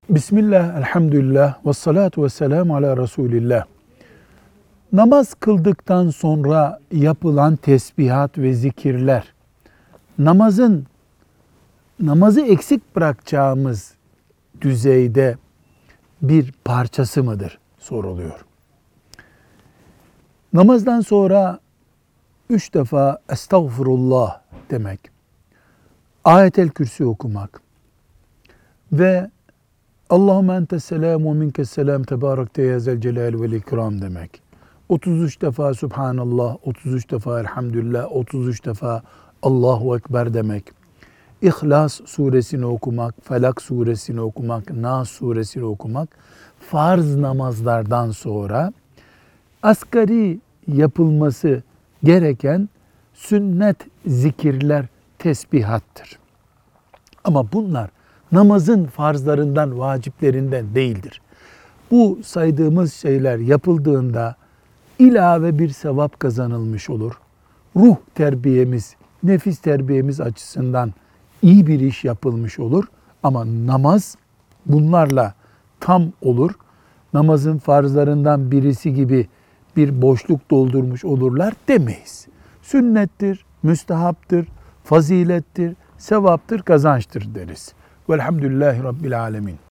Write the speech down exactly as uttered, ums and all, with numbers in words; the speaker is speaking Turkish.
Bismillah, elhamdülillah, ve salatu ve selamu ala Resulillah. Namaz kıldıktan sonra yapılan tesbihat ve zikirler, namazın, namazı eksik bırakacağımız düzeyde bir parçası mıdır soruluyor. Namazdan sonra üç defa estağfurullah demek, Ayetel Kürsi okumak ve Allahümme entes selam ve minkes selam tebarekte ya zel celal vel ikram demek. otuz üç defa Subhanallah, otuz üç defa Elhamdülillah, otuz üç defa Allahu Ekber demek. İhlas suresini okumak, Felak suresini okumak, Nas suresini okumak farz namazlardan sonra asgari yapılması gereken sünnet zikirler, tesbihattır. Ama bunlar namazın farzlarından, vaciplerinden değildir. Bu saydığımız şeyler yapıldığında ilave bir sevap kazanılmış olur. Ruh terbiyemiz, nefis terbiyemiz açısından iyi bir iş yapılmış olur. Ama namaz bunlarla tam olur. Namazın farzlarından birisi gibi bir boşluk doldurmuş olurlar demeyiz. Sünnettir, müstehaptır, fazilettir, sevaptır, kazançtır deriz. Velhamdülillahi Rabbil alemin.